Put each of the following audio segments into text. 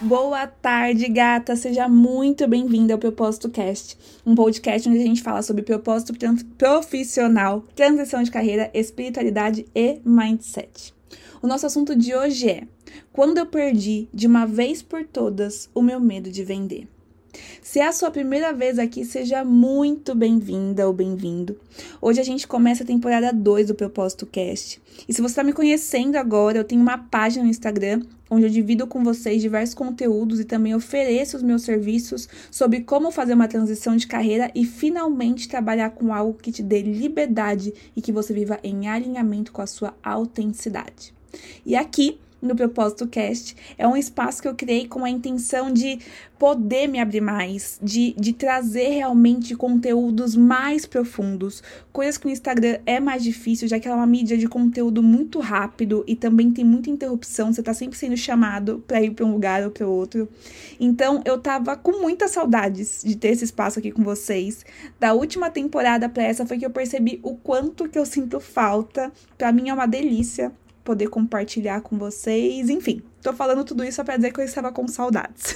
Boa tarde, gata! Seja muito bem-vinda ao Propósito Cast, um podcast onde a gente fala sobre propósito profissional, transição de carreira, espiritualidade e mindset. O nosso assunto de hoje é: quando eu perdi de uma vez por todas o meu medo de vender. Se é a sua primeira vez aqui, seja muito bem-vinda ou bem-vindo. Hoje a gente começa a temporada 2 do Propósito Cast. E se você está me conhecendo agora, eu tenho uma página no Instagram onde eu divido com vocês diversos conteúdos e também ofereço os meus serviços sobre como fazer uma transição de carreira e finalmente trabalhar com algo que te dê liberdade e que você viva em alinhamento com a sua autenticidade. E aqui, no Propósito Cast, é um espaço que eu criei com a intenção de poder me abrir mais, de trazer realmente conteúdos mais profundos, coisas que no Instagram é mais difícil, já que ela é uma mídia de conteúdo muito rápido e também tem muita interrupção, você tá sempre sendo chamado para ir para um lugar ou para outro. Então, eu tava com muitas saudades de ter esse espaço aqui com vocês. Da última temporada para essa foi que eu percebi o quanto que eu sinto falta. Para mim é uma delícia poder compartilhar com vocês, enfim, tô falando tudo isso só pra dizer que eu estava com saudades.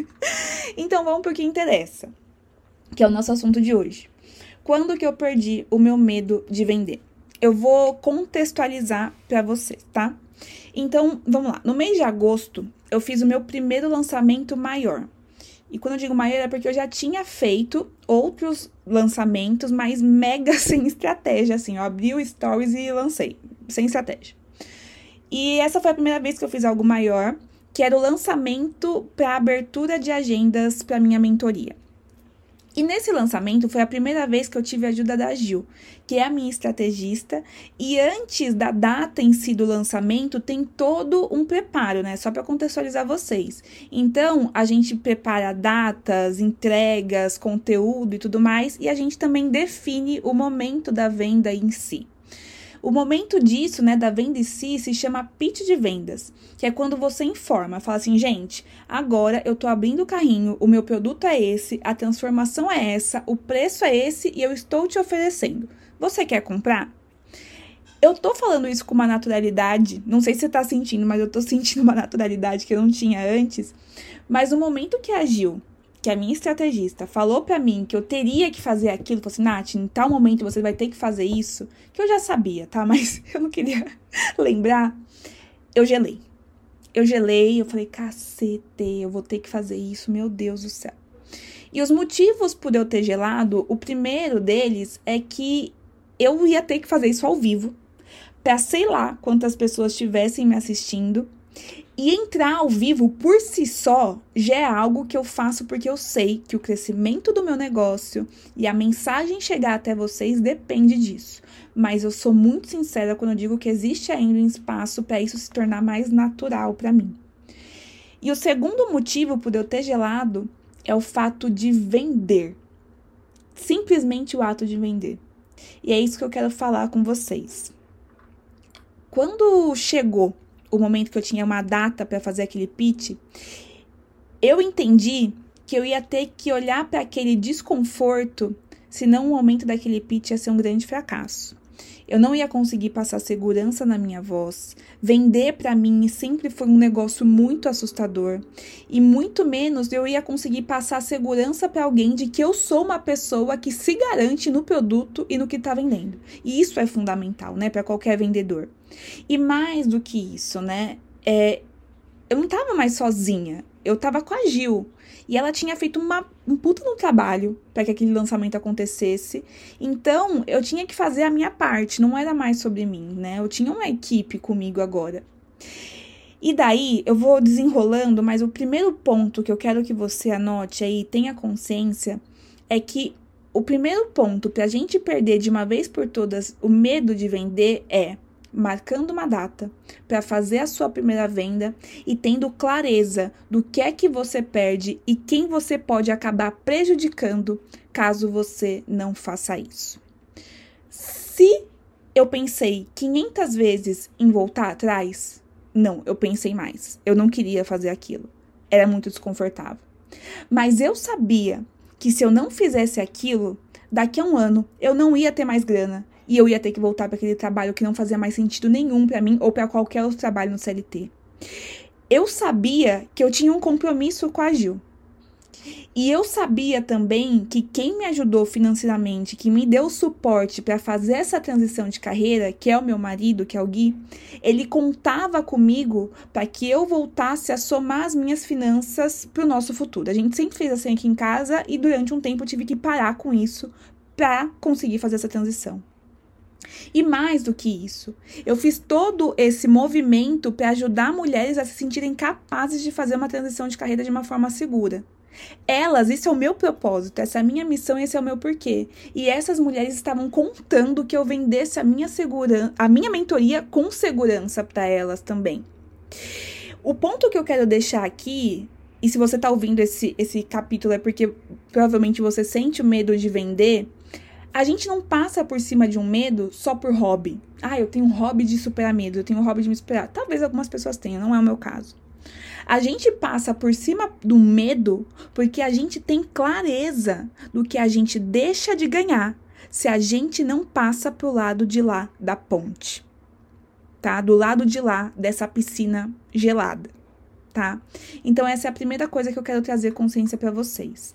Então vamos pro que interessa, que é o nosso assunto de hoje. Quando que eu perdi o meu medo de vender? Eu vou contextualizar pra vocês, tá? Então, vamos lá. No mês de agosto, eu fiz o meu primeiro lançamento maior. E quando eu digo maior é porque eu já tinha feito outros lançamentos, mas mega sem estratégia, assim. Eu abri o Stories e lancei, sem estratégia. E essa foi a primeira vez que eu fiz algo maior, que era o lançamento para abertura de agendas para minha mentoria. E nesse lançamento foi a primeira vez que eu tive a ajuda da Gil, que é a minha estrategista. E antes da data em si do lançamento, tem todo um preparo, né? Só para contextualizar vocês. Então, a gente prepara datas, entregas, conteúdo e tudo mais. E a gente também define o momento da venda em si. O momento disso, né, da venda em si, se chama pitch de vendas, que é quando você informa, fala assim, gente, agora eu tô abrindo o carrinho, o meu produto é esse, a transformação é essa, o preço é esse e eu estou te oferecendo. Você quer comprar? Eu tô falando isso com uma naturalidade, não sei se você tá sentindo, mas eu tô sentindo uma naturalidade que eu não tinha antes, mas no momento que a Gil, que a minha estrategista falou pra mim que eu teria que fazer aquilo, falou assim, Nath, em tal momento você vai ter que fazer isso, que eu já sabia, tá? Mas eu não queria lembrar. Eu gelei, eu falei, cacete, eu vou ter que fazer isso, meu Deus do céu. E os motivos por eu ter gelado, o primeiro deles é que eu ia ter que fazer isso ao vivo, pra sei lá quantas pessoas estivessem me assistindo. E entrar ao vivo por si só já é algo que eu faço porque eu sei que o crescimento do meu negócio e a mensagem chegar até vocês depende disso. Mas eu sou muito sincera quando eu digo que existe ainda um espaço para isso se tornar mais natural para mim. E o segundo motivo por eu ter gelado é o fato de vender. Simplesmente o ato de vender. E é isso que eu quero falar com vocês. Quando chegou o momento que eu tinha uma data para fazer aquele pitch, eu entendi que eu ia ter que olhar para aquele desconforto, senão o momento daquele pitch ia ser um grande fracasso. Eu não ia conseguir passar segurança na minha voz. Vender para mim sempre foi um negócio muito assustador. E muito menos eu ia conseguir passar segurança para alguém de que eu sou uma pessoa que se garante no produto e no que está vendendo. E isso é fundamental, né, para qualquer vendedor. E mais do que isso, né, eu não estava mais sozinha. Eu estava com a Gil. E ela tinha feito um puta no trabalho para que aquele lançamento acontecesse. Então, eu tinha que fazer a minha parte. Não era mais sobre mim, né? Eu tinha uma equipe comigo agora. E daí, eu vou desenrolando, mas o primeiro ponto que eu quero que você anote aí, tenha consciência, é que o primeiro ponto para a gente perder de uma vez por todas o medo de vender é marcando uma data para fazer a sua primeira venda e tendo clareza do que é que você perde e quem você pode acabar prejudicando caso você não faça isso. Se eu pensei 500 vezes em voltar atrás, não, eu pensei mais. Eu não queria fazer aquilo. Era muito desconfortável. Mas eu sabia que se eu não fizesse aquilo, daqui a um ano eu não ia ter mais grana. E eu ia ter que voltar para aquele trabalho que não fazia mais sentido nenhum para mim ou para qualquer outro trabalho no CLT. eu sabia que eu tinha um compromisso com a Gil. E eu sabia também que quem me ajudou financeiramente, que me deu suporte para fazer essa transição de carreira, que é o meu marido, que é o Gui, ele contava comigo para que eu voltasse a somar as minhas finanças para o nosso futuro. A gente sempre fez assim aqui em casa e durante um tempo eu tive que parar com isso para conseguir fazer essa transição. E mais do que isso, eu fiz todo esse movimento para ajudar mulheres a se sentirem capazes de fazer uma transição de carreira de uma forma segura. Elas, isso é o meu propósito, essa é a minha missão, esse é o meu porquê. E essas mulheres estavam contando que eu vendesse a minha mentoria com segurança para elas também. O ponto que eu quero deixar aqui, e se você está ouvindo esse capítulo é porque provavelmente você sente o medo de vender, a gente não passa por cima de um medo só por hobby. Eu tenho um hobby de superar medo, eu tenho um hobby de me superar. Talvez algumas pessoas tenham, não é o meu caso. A gente passa por cima do medo porque a gente tem clareza do que a gente deixa de ganhar se a gente não passa pro lado de lá da ponte, tá? Do lado de lá dessa piscina gelada, tá? Então essa é a primeira coisa que eu quero trazer consciência para vocês.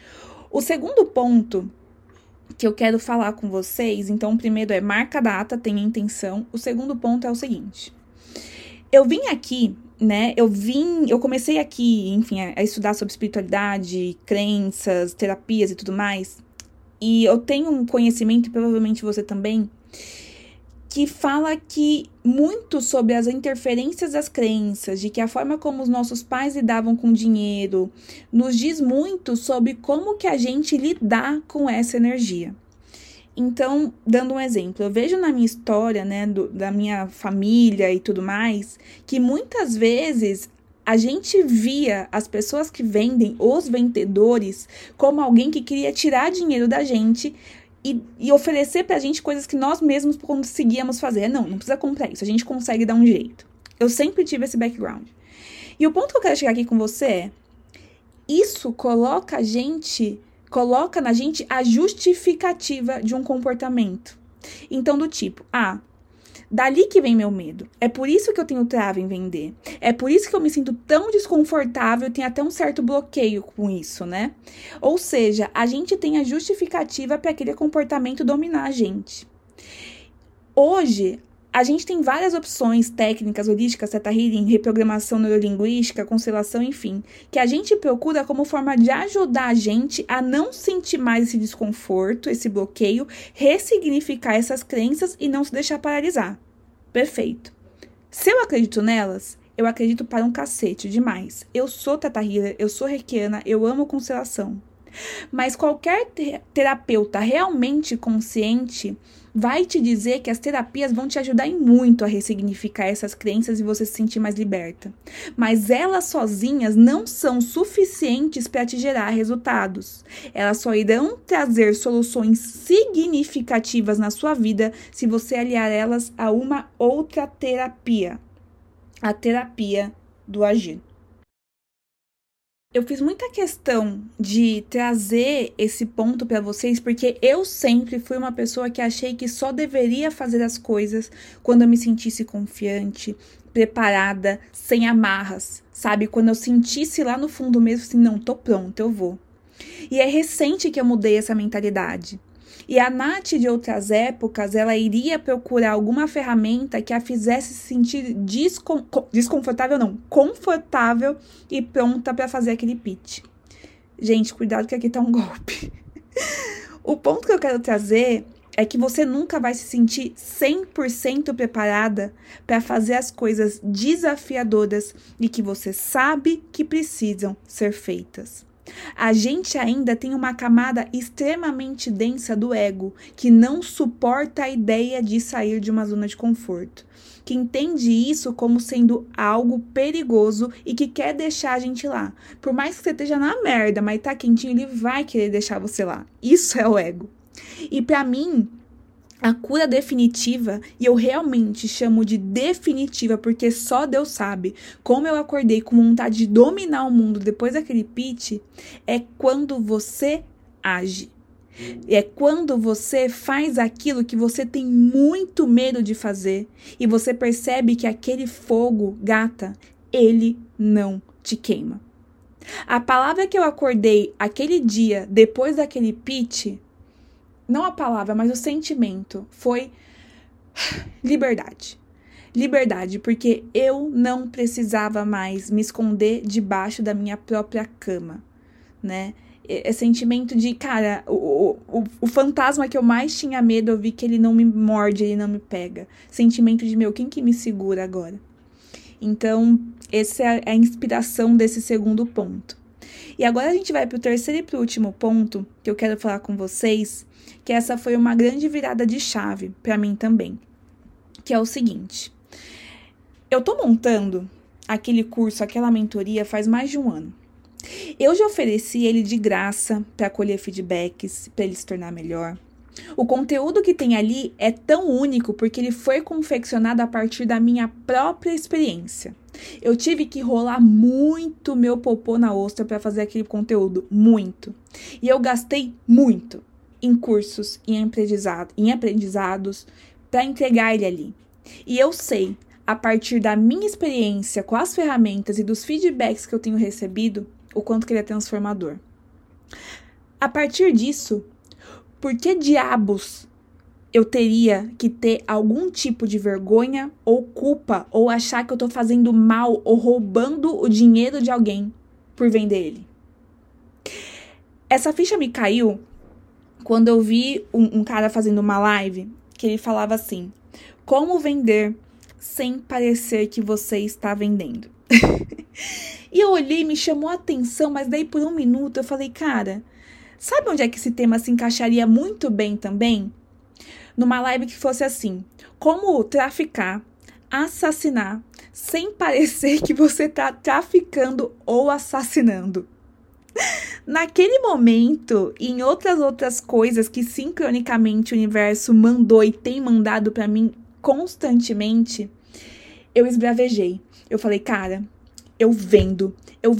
O segundo ponto que eu quero falar com vocês, então o primeiro é marca a data, tenha intenção. O segundo ponto é o seguinte: eu vim aqui, né, eu comecei aqui, enfim, a estudar sobre espiritualidade, crenças, terapias e tudo mais, e eu tenho um conhecimento, e provavelmente você também, que fala que muito sobre as interferências das crenças, de que a forma como os nossos pais lidavam com dinheiro, nos diz muito sobre como que a gente lidar com essa energia. Então, dando um exemplo, eu vejo na minha história, né, da minha família e tudo mais, que muitas vezes a gente via as pessoas que vendem, os vendedores, como alguém que queria tirar dinheiro da gente e oferecer pra gente coisas que nós mesmos conseguíamos fazer. Não precisa comprar isso, a gente consegue dar um jeito. Eu sempre tive esse background. E o ponto que eu quero chegar aqui com você é, isso coloca na gente a justificativa de um comportamento. Então, do tipo, dali que vem meu medo. É por isso que eu tenho trava em vender. É por isso que eu me sinto tão desconfortável e tenho até um certo bloqueio com isso, né? Ou seja, a gente tem a justificativa para aquele comportamento dominar a gente. Hoje, a gente tem várias opções técnicas, holísticas, Theta Healing, reprogramação neurolinguística, constelação, enfim, que a gente procura como forma de ajudar a gente a não sentir mais esse desconforto, esse bloqueio, ressignificar essas crenças e não se deixar paralisar. Perfeito. Se eu acredito nelas, eu acredito para um cacete demais. Eu sou Theta Healer, eu sou reikiana, eu amo constelação. Mas qualquer terapeuta realmente consciente vai te dizer que as terapias vão te ajudar em muito a ressignificar essas crenças e você se sentir mais liberta. Mas elas sozinhas não são suficientes para te gerar resultados. Elas só irão trazer soluções significativas na sua vida se você aliar elas a uma outra terapia. A terapia do agir. Eu fiz muita questão de trazer esse ponto para vocês, porque eu sempre fui uma pessoa que achei que só deveria fazer as coisas quando eu me sentisse confiante, preparada, sem amarras, sabe? Quando eu sentisse lá no fundo mesmo assim, não, tô pronta, eu vou. E é recente que eu mudei essa mentalidade. E a Nath de outras épocas, ela iria procurar alguma ferramenta que a fizesse se sentir confortável e pronta para fazer aquele pitch. Gente, cuidado que aqui tá um golpe. O ponto que eu quero trazer é que você nunca vai se sentir 100% preparada para fazer as coisas desafiadoras e que você sabe que precisam ser feitas. A gente ainda tem uma camada extremamente densa do ego, que não suporta a ideia de sair de uma zona de conforto, que entende isso como sendo algo perigoso e que quer deixar a gente lá. Por mais que você esteja na merda, mas tá quentinho, ele vai querer deixar você lá. Isso é o ego. E pra mim, a cura definitiva, e eu realmente chamo de definitiva porque só Deus sabe como eu acordei com vontade de dominar o mundo depois daquele pitch, é quando você age. É quando você faz aquilo que você tem muito medo de fazer e você percebe que aquele fogo, gata, ele não te queima. A palavra que eu acordei aquele dia, depois daquele pitch, não a palavra, mas o sentimento, foi liberdade. Liberdade, porque eu não precisava mais me esconder debaixo da minha própria cama, né? É sentimento de, cara, o fantasma que eu mais tinha medo, eu vi que ele não me morde, ele não me pega. Sentimento de, quem que me segura agora? Então, essa é a inspiração desse segundo ponto. E agora a gente vai para o terceiro e para o último ponto que eu quero falar com vocês, que essa foi uma grande virada de chave para mim também, que é o seguinte. Eu tô montando aquele curso, aquela mentoria faz mais de um ano. Eu já ofereci ele de graça para colher feedbacks, para ele se tornar melhor. O conteúdo que tem ali é tão único porque ele foi confeccionado a partir da minha própria experiência. Eu tive que rolar muito meu popô na ostra para fazer aquele conteúdo, muito. E eu gastei muito em cursos, em aprendizados para entregar ele ali. E eu sei, a partir da minha experiência com as ferramentas e dos feedbacks que eu tenho recebido, o quanto que ele é transformador. A partir disso, por que diabos eu teria que ter algum tipo de vergonha ou culpa ou achar que eu tô fazendo mal ou roubando o dinheiro de alguém por vender ele? Essa ficha me caiu quando eu vi um cara fazendo uma live que ele falava assim: como vender sem parecer que você está vendendo? E eu olhei, me chamou a atenção, mas daí por um minuto eu falei, cara, sabe onde é que esse tema se encaixaria muito bem também? Numa live que fosse assim, como traficar, assassinar, sem parecer que você está traficando ou assassinando. Naquele momento, e em outras coisas que sincronicamente o universo mandou e tem mandado para mim constantemente, eu esbravejei. Eu falei, cara, eu vendo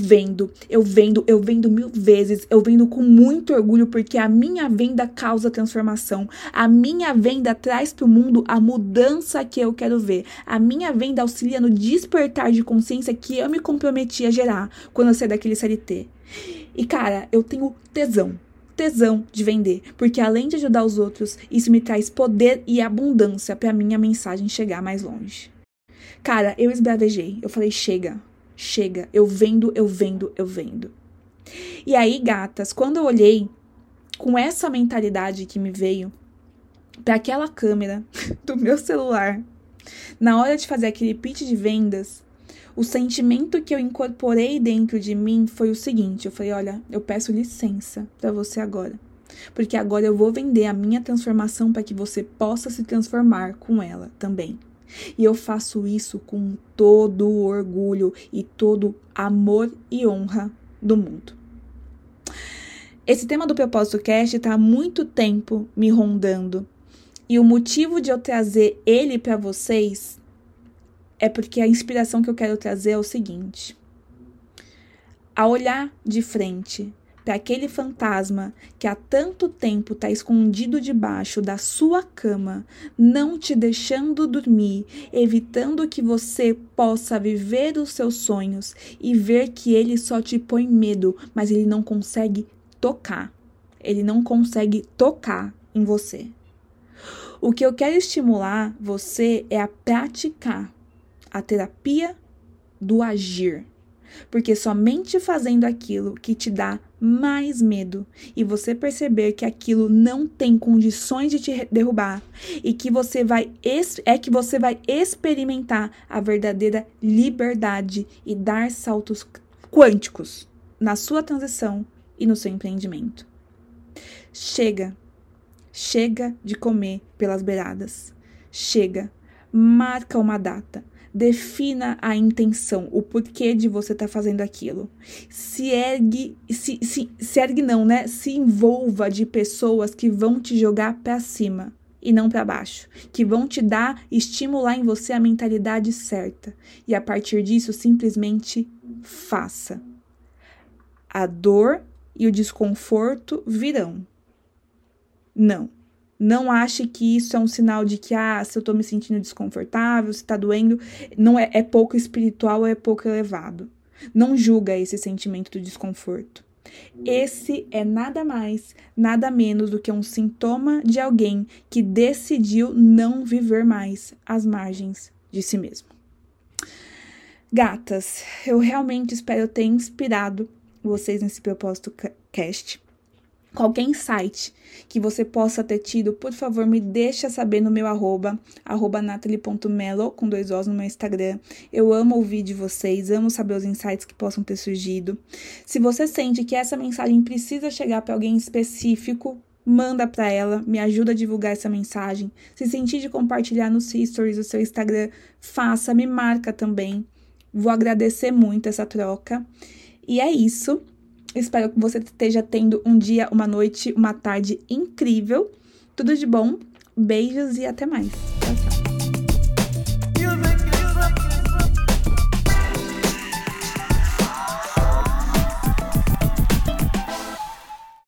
1000 vezes, eu vendo com muito orgulho, porque a minha venda causa transformação, a minha venda traz para o mundo a mudança que eu quero ver, a minha venda auxilia no despertar de consciência que eu me comprometi a gerar quando eu saí daquele CLT. E cara, eu tenho tesão de vender, porque além de ajudar os outros, isso me traz poder e abundância para minha mensagem chegar mais longe. Cara, eu esbravejei, eu falei, chega, eu vendo. E aí, gatas, quando eu olhei com essa mentalidade que me veio para aquela câmera do meu celular, na hora de fazer aquele pitch de vendas, o sentimento que eu incorporei dentro de mim foi o seguinte, eu falei, olha, eu peço licença para você agora, porque agora eu vou vender a minha transformação para que você possa se transformar com ela também. E eu faço isso com todo o orgulho e todo amor e honra do mundo. Esse tema do Propósito Cast está há muito tempo me rondando. E o motivo de eu trazer ele para vocês é porque a inspiração que eu quero trazer é o seguinte. A olhar de frente para aquele fantasma que há tanto tempo está escondido debaixo da sua cama, não te deixando dormir, evitando que você possa viver os seus sonhos e ver que ele só te põe medo, mas ele não consegue tocar. Ele não consegue tocar em você. O que eu quero estimular você é a praticar a terapia do agir. Porque somente fazendo aquilo que te dá mais medo e você perceber que aquilo não tem condições de te derrubar e que você vai experimentar a verdadeira liberdade e dar saltos quânticos na sua transição e no seu empreendimento. Chega de comer pelas beiradas. Chega, marca uma data. Defina a intenção, o porquê de você estar fazendo aquilo. Se envolva de pessoas que vão te jogar para cima e não para baixo, que vão te estimular em você a mentalidade certa. E a partir disso, simplesmente faça. A dor e o desconforto virão. Não, Não ache que isso é um sinal de que, se eu tô me sentindo desconfortável, se tá doendo, não é pouco espiritual ou é pouco elevado. Não julga esse sentimento do desconforto. Esse é nada mais, nada menos do que um sintoma de alguém que decidiu não viver mais às margens de si mesmo. Gatas, eu realmente espero ter inspirado vocês nesse propósito cast. Qualquer insight que você possa ter tido, por favor, me deixa saber no meu arroba natalie.melo, com 2 Os no meu Instagram. Eu amo ouvir de vocês, amo saber os insights que possam ter surgido. Se você sente que essa mensagem precisa chegar para alguém específico, manda para ela, me ajuda a divulgar essa mensagem. Se sentir de compartilhar nos stories do seu Instagram, faça, me marca também. Vou agradecer muito essa troca. E é isso. Espero que você esteja tendo um dia, uma noite, uma tarde incrível. Tudo de bom. Beijos e até mais. Tchau, tchau.